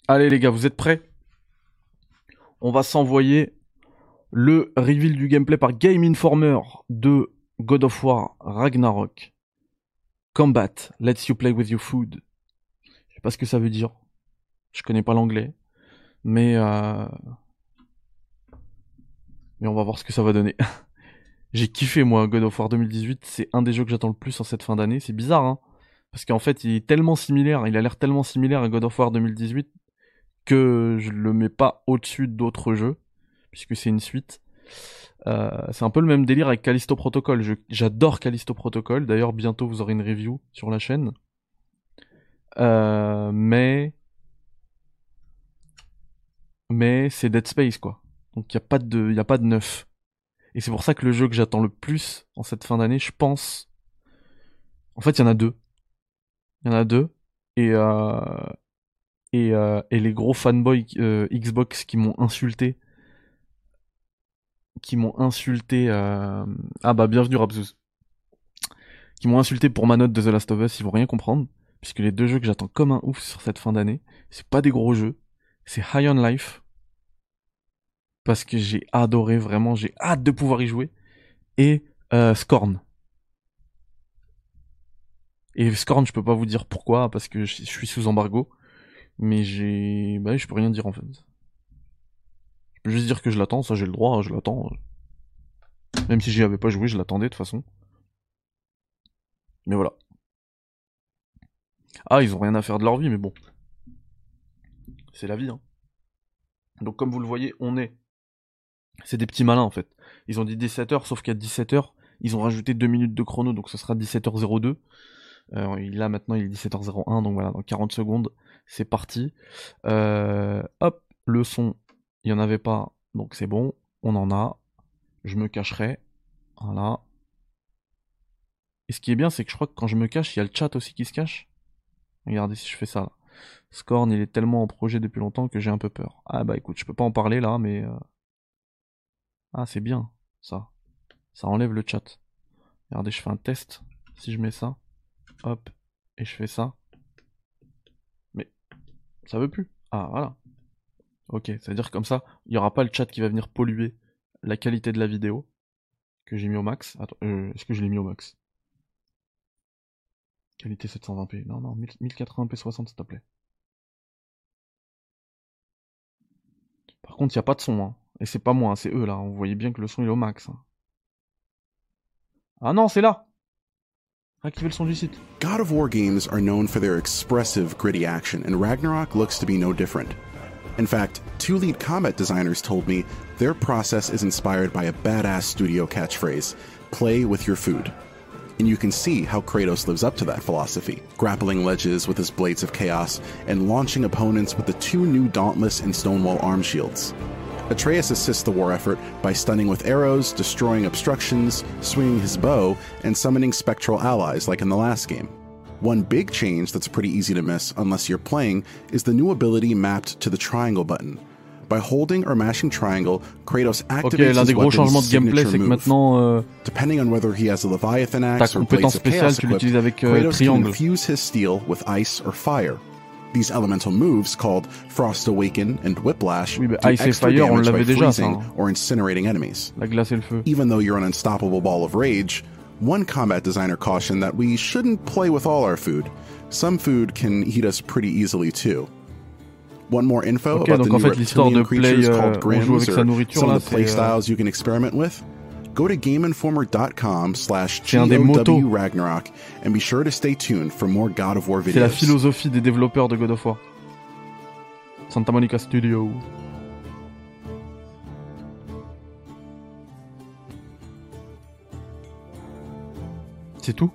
Allez les gars, vous êtes prêts? On va s'envoyer le reveal du gameplay par Game Informer de God of War Ragnarok. Combat, lets you play with your food. Je sais pas ce que ça veut dire. Je connais pas l'anglais. Mais on va voir ce que ça va donner. J'ai kiffé moi God of War 2018. C'est un des jeux que j'attends le plus en cette fin d'année. C'est bizarre hein. Parce qu'en fait il est tellement similaire. Il a l'air tellement similaire à God of War 2018 que je le mets pas au-dessus d'autres jeux. Puisque c'est une suite. C'est un peu le même délire avec Callisto Protocol. J'adore Callisto Protocol. D'ailleurs, bientôt vous aurez une review sur la chaîne. Mais c'est Dead Space quoi. Donc il y a pas de neuf. Et c'est pour ça que le jeu que j'attends le plus en cette fin d'année, je pense. En fait, il y en a deux. Il y en a deux. Et les gros fanboys Xbox qui m'ont insulté. Ah bah bienvenue Rapsous. Qui m'ont insulté pour ma note de The Last of Us, ils vont rien comprendre. Puisque les deux jeux que j'attends comme un ouf sur cette fin d'année, c'est pas des gros jeux. C'est High on Life. Parce que j'ai adoré, vraiment, j'ai hâte de pouvoir y jouer. Et Scorn. Et Scorn, je peux pas vous dire pourquoi, parce que je suis sous embargo. Mais je peux rien dire en fait. Je peux juste dire que je l'attends, ça j'ai le droit, je l'attends. Même si j'y avais pas joué, je l'attendais de toute façon. Mais voilà. Ah, ils ont rien à faire de leur vie, mais bon. C'est la vie, hein. Donc comme vous le voyez, c'est des petits malins en fait. Ils ont dit 17h, sauf qu'à 17h, ils ont rajouté 2 minutes de chrono, donc ce sera 17h02. Là maintenant il est 17h01, donc voilà, dans 40 secondes, c'est parti. Hop, le son, il n'y en avait pas, donc c'est bon, on en a. Je me cacherai, voilà. Et ce qui est bien, c'est que je crois que quand je me cache, il y a le chat aussi qui se cache. Regardez si je fais ça là. Scorn, il est tellement en projet depuis longtemps que j'ai un peu peur. Ah bah écoute, je peux pas en parler là, mais... Ah c'est bien, ça. Ça enlève le chat. Regardez, je fais un test. Si je mets ça, hop, et je fais ça. Mais ça veut plus. Ah voilà. Ok, c'est-à-dire comme ça, il n'y aura pas le chat qui va venir polluer la qualité de la vidéo que j'ai mis au max. Attends, est-ce que je l'ai mis au max? Qualité 720p. Non, non, 1080p 60 s'il te plaît. Par contre, il n'y a pas de son. Hein. Et c'est pas moi, hein, c'est eux là. Vous voyez bien que le son il est au max. Hein. Ah non, c'est là. Activez le son du site. God of War games are known for their expressive, gritty action, and Ragnarok looks to be no different. In fact, two lead combat designers told me their process is inspired by a badass studio catchphrase, play with your food. And you can see how Kratos lives up to that philosophy, grappling ledges with his Blades of Chaos and launching opponents with the two new Dauntless and Stonewall arm shields. Atreus assists the war effort by stunning with arrows, destroying obstructions, swinging his bow, and summoning spectral allies like in the last game. One big change that's pretty easy to miss unless you're playing is the new ability mapped to the triangle button. By holding or mashing triangle, Kratos activates l'un des his gros changements weapon's de gameplay, signature c'est que move. maintenant, Depending on whether he has a Leviathan ta axe or Blades compétence of Chaos spéciale, tu equipped, l'utilises avec Kratos can triangle. infuse his steel with ice or fire. These elemental moves, called Frost Awaken and Whiplash, Oui, mais do Ice et extra Fire, on damage by l'avait déjà, ça. freezing Hein. or incinerating enemies. La glace et le feu. Even though you're an unstoppable ball of rage, one combat designer cautioned that we shouldn't play with all our food. Some food can eat us pretty easily too. Want more info Ok, about donc the en new fait l'histoire reptilian de play, creatures called on Grims joue avec sa or nourriture some là, of the play c'est styles you can experiment with? Go to un des motos. GOW-Ragnarok and be sure to stay tuned for more God of War videos. C'est la philosophie des développeurs de God of War. Santa Monica Studio. C'est tout?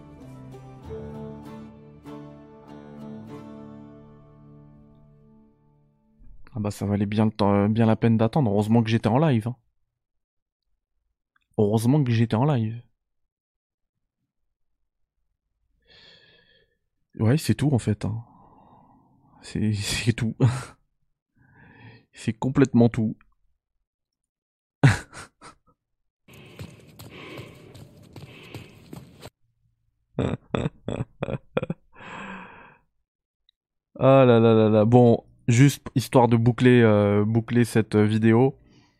Ah bah ça valait bien, bien la peine d'attendre. Heureusement que j'étais en live. Hein. Heureusement que j'étais en live. Ouais, c'est tout en fait. Hein. C'est tout. C'est complètement tout. Ah là là là là. Bon, juste histoire de boucler cette vidéo.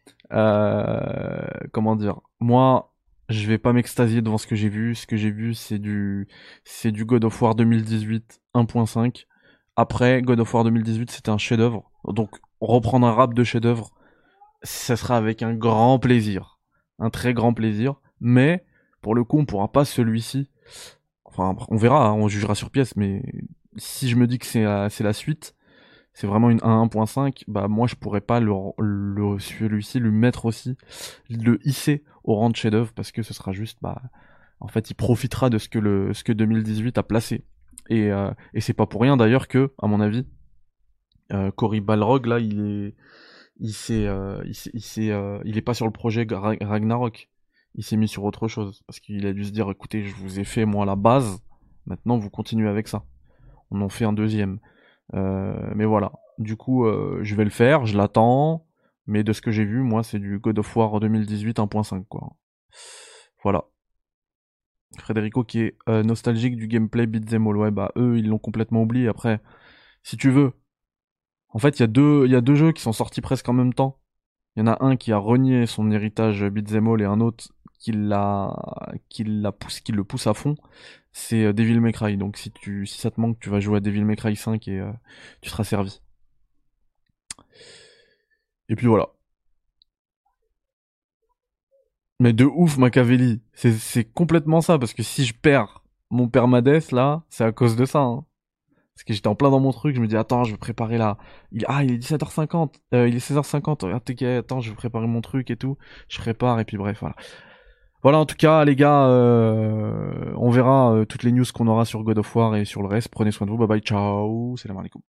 Comment dire, moi, je vais pas m'extasier devant ce que j'ai vu. Ce que j'ai vu, c'est du God of War 2018 1.5. Après, God of War 2018, c'était un chef-d'œuvre. Donc, reprendre un rap de chef-d'œuvre, ça sera avec un grand plaisir. Un très grand plaisir. Mais, pour le coup, on pourra pas celui-ci. Enfin, on verra, hein, on jugera sur pièce, mais si je me dis que c'est la suite, c'est vraiment un 1.5, bah moi je pourrais pas celui-ci lui mettre aussi, le hisser au rang de chef-d'œuvre parce que ce sera juste, bah, en fait, il profitera de ce que 2018 a placé. Et c'est pas pour rien d'ailleurs que, à mon avis, Cory Balrog là, il est pas sur le projet Ragnarok. Il s'est mis sur autre chose parce qu'il a dû se dire, écoutez, je vous ai fait moi la base, maintenant vous continuez avec ça. On en fait un deuxième. Mais voilà. Du coup, je vais le faire, je l'attends. Mais de ce que j'ai vu, moi, c'est du God of War 2018 1.5, quoi. Voilà. Frédérico qui est nostalgique du gameplay beat'em all. Ouais, bah eux, ils l'ont complètement oublié. Après, si tu veux. En fait, il y a deux jeux qui sont sortis presque en même temps. Il y en a un qui a renié son héritage beat'em all et un autre qui le pousse à fond. C'est Devil May Cry. Donc si ça te manque, tu vas jouer à Devil May Cry 5 et tu seras servi. Et puis voilà. Mais de ouf, Machiavelli. C'est complètement ça, parce que si je perds mon permades, là, c'est à cause de ça, hein. Parce que j'étais en plein dans mon truc, je me dis, attends, je vais préparer là. Il est 17h50, il est 16h50, attends, je vais préparer mon truc et tout. Je prépare, et puis bref, voilà. Voilà, en tout cas, les gars, on verra toutes les news qu'on aura sur God of War et sur le reste. Prenez soin de vous, bye bye, ciao, salam alaikum.